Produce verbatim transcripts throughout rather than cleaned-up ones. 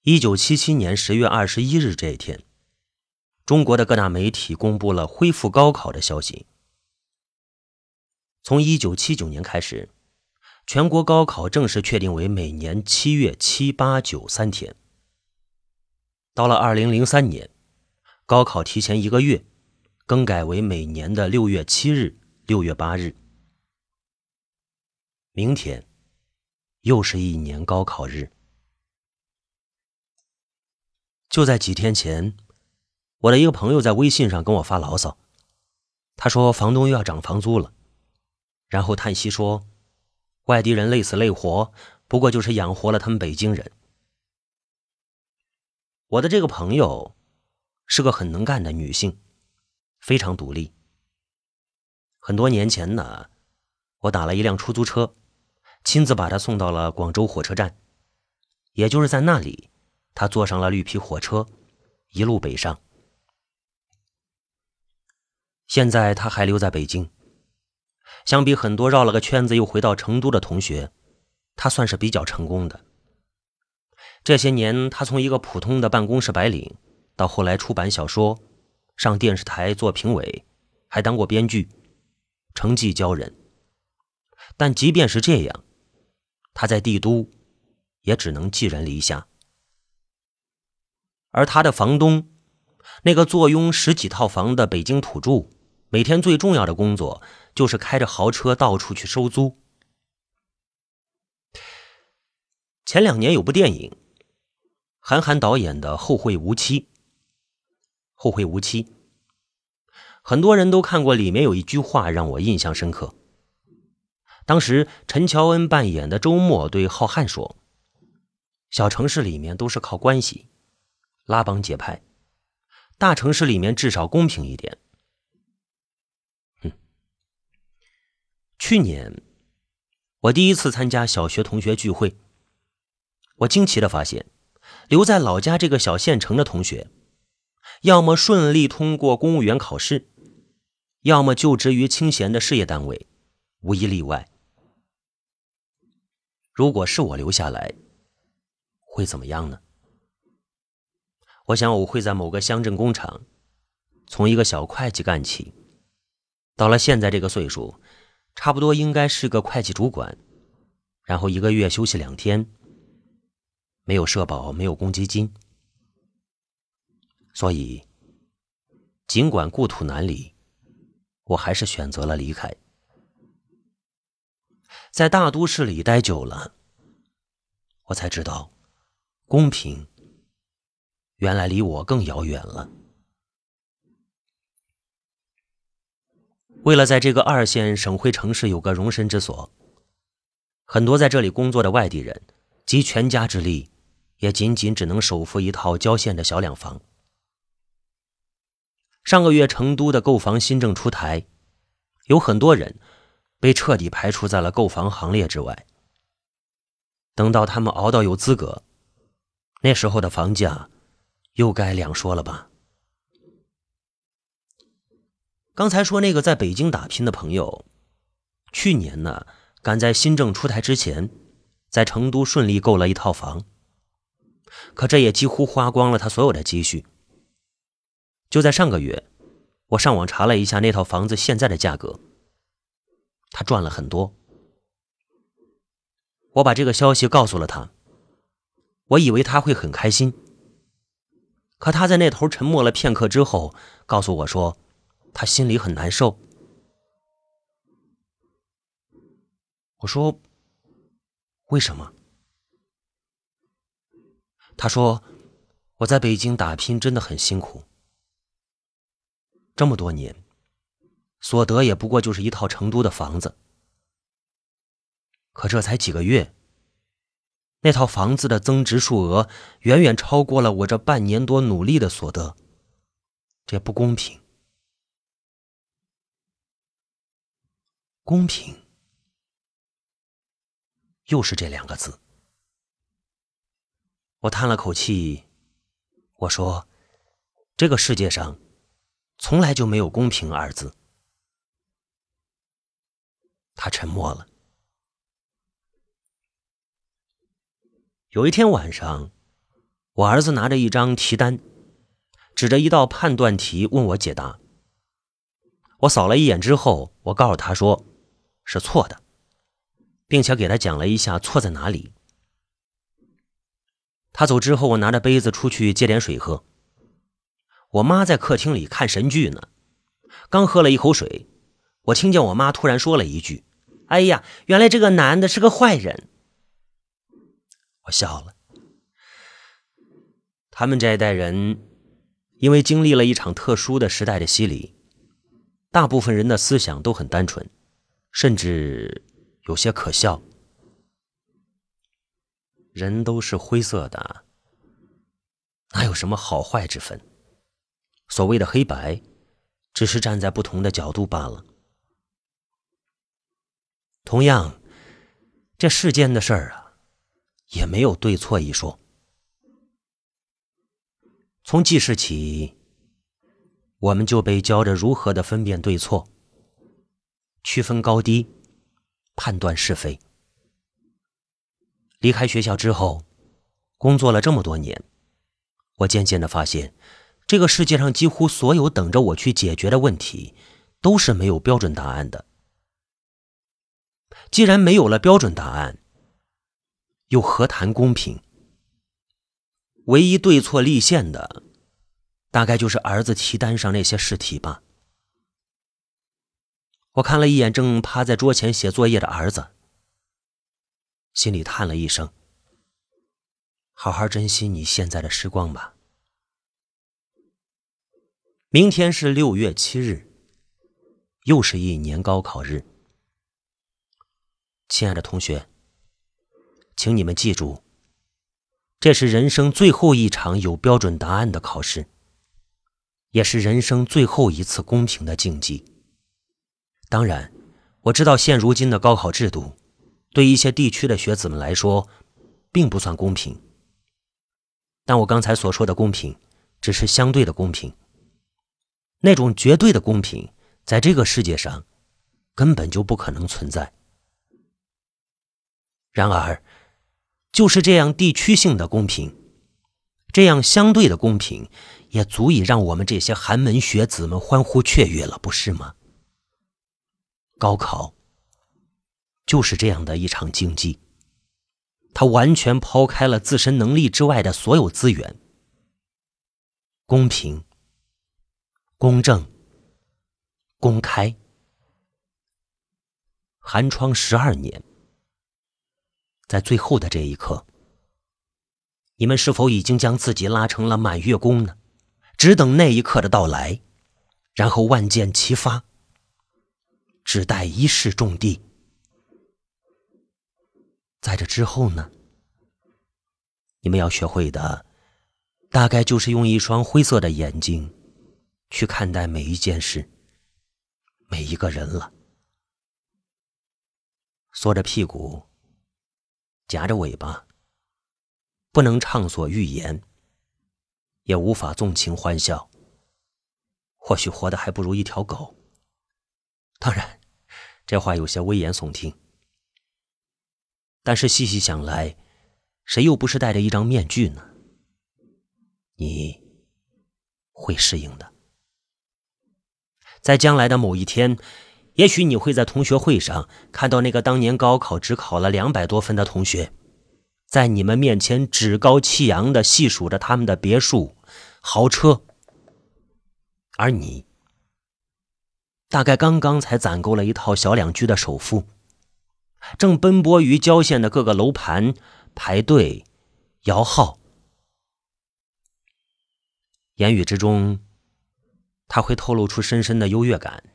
一九七七年十月二十一日这一天，中国的各大媒体公布了恢复高考的消息。从一九七九年开始，全国高考正式确定为每年七月七、八、九三天。到了二零零三年，高考提前一个月，更改为每年的六月七日、六月八日。明天，又是一年高考日。就在几天前，我的一个朋友在微信上跟我发牢骚，他说房东又要涨房租了，然后叹息说，外地人累死累活，不过就是养活了他们北京人。我的这个朋友是个很能干的女性，非常独立。很多年前呢，我打了一辆出租车，亲自把她送到了广州火车站，也就是在那里，她坐上了绿皮火车，一路北上。现在她还留在北京，相比很多绕了个圈子又回到成都的同学，她算是比较成功的。这些年，她从一个普通的办公室白领，到后来出版小说，上电视台做评委，还当过编剧，成绩骄人。但即便是这样，她在帝都也只能寄人篱下。而他的房东，那个坐拥十几套房的北京土著，每天最重要的工作就是开着豪车到处去收租。前两年有部电影，韩寒导演的《后会无期》。后会无期，很多人都看过，里面有一句话让我印象深刻。当时陈乔恩扮演的周末对浩瀚说，小城市里面都是靠关系拉帮结派，大城市里面至少公平一点。哼。去年我第一次参加小学同学聚会，我惊奇地发现，留在老家这个小县城的同学，要么顺利通过公务员考试，要么就职于清闲的事业单位，无一例外。如果是我留下来，会怎么样呢？我想我会在某个乡镇工厂，从一个小会计干起，到了现在这个岁数，差不多应该是个会计主管，然后一个月休息两天，没有社保，没有公积金。所以，尽管故土难离，我还是选择了离开。在大都市里待久了，我才知道，公平原来离我更遥远了。为了在这个二线省会城市有个容身之所，很多在这里工作的外地人集全家之力，也仅仅只能首付一套郊县的小两房。上个月成都的购房新政出台，有很多人被彻底排除在了购房行列之外。等到他们熬到有资格，那时候的房价又该两说了吧。刚才说那个在北京打拼的朋友，去年呢，赶在新政出台之前，在成都顺利购了一套房，可这也几乎花光了他所有的积蓄。就在上个月，我上网查了一下那套房子现在的价格，他赚了很多。我把这个消息告诉了他，我以为他会很开心，可他在那头沉默了片刻之后，告诉我说他心里很难受。我说为什么？他说我在北京打拼真的很辛苦，这么多年所得也不过就是一套成都的房子，可这才几个月，那套房子的增值数额远远超过了我这半年多努力的所得，这不公平。公平，又是这两个字。我叹了口气，我说，这个世界上从来就没有公平二字。他沉默了。有一天晚上， 我儿子拿着一张题单，指着一道判断题问我解答。我扫了一眼之后，我告诉他说是错的，并且给他讲了一下错在哪里。他走之后，我拿着杯子出去接点水喝。我妈在客厅里看神剧呢，刚喝了一口水，我听见我妈突然说了一句：哎呀，原来这个男的是个坏人。我笑了。他们这一代人因为经历了一场特殊的时代的洗礼，大部分人的思想都很单纯，甚至有些可笑。人都是灰色的，哪有什么好坏之分？所谓的黑白，只是站在不同的角度罢了。同样，这世间的事儿啊，也没有对错一说。从记事起，我们就被教着如何的分辨对错，区分高低，判断是非。离开学校之后，工作了这么多年，我渐渐地发现，这个世界上几乎所有等着我去解决的问题，都是没有标准答案的。既然没有了标准答案，又何谈公平？唯一对错立现的，大概就是儿子题单上那些试题吧。我看了一眼正趴在桌前写作业的儿子，心里叹了一声，好好珍惜你现在的时光吧。明天是六月七日，又是一年高考日。亲爱的同学，请你们记住，这是人生最后一场有标准答案的考试，也是人生最后一次公平的竞技。当然，我知道现如今的高考制度对一些地区的学子们来说并不算公平，但我刚才所说的公平只是相对的公平，那种绝对的公平在这个世界上根本就不可能存在。然而就是这样地区性的公平，这样相对的公平，也足以让我们这些寒门学子们欢呼雀跃了，不是吗？高考就是这样的一场竞技，它完全抛开了自身能力之外的所有资源。公平、公正、公开。寒窗十二年，在最后的这一刻，你们是否已经将自己拉成了满月宫呢？只等那一刻的到来，然后万箭齐发，只待一试中的。在这之后呢，你们要学会的大概就是用一双灰色的眼睛去看待每一件事，每一个人了。缩着屁股，夹着尾巴，不能畅所欲言，也无法纵情欢笑，或许活得还不如一条狗。当然，这话有些危言耸听，但是细细想来，谁又不是戴着一张面具呢？你会适应的。在将来的某一天，也许你会在同学会上看到那个当年高考只考了两百多分的同学，在你们面前趾高气扬地细数着他们的别墅、豪车，而你大概刚刚才攒够了一套小两居的首付，正奔波于郊县的各个楼盘排队摇号。言语之中，他会透露出深深的优越感，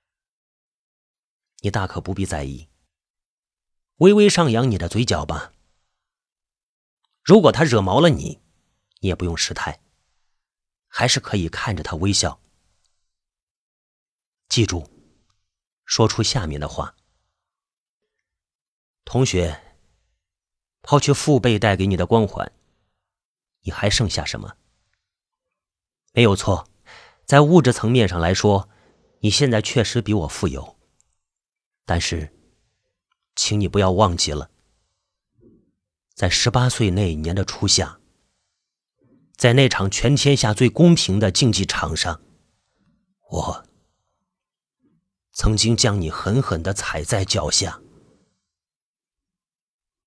你大可不必在意，微微上扬你的嘴角吧。如果他惹毛了你，你也不用失态，还是可以看着他微笑。记住，说出下面的话：同学，抛去父辈带给你的光环，你还剩下什么？没有错，在物质层面上来说，你现在确实比我富有。但是，请你不要忘记了，在十八岁那一年的初夏， 在那场全天下最公平的竞技场上，我曾经将你狠狠地踩在脚下。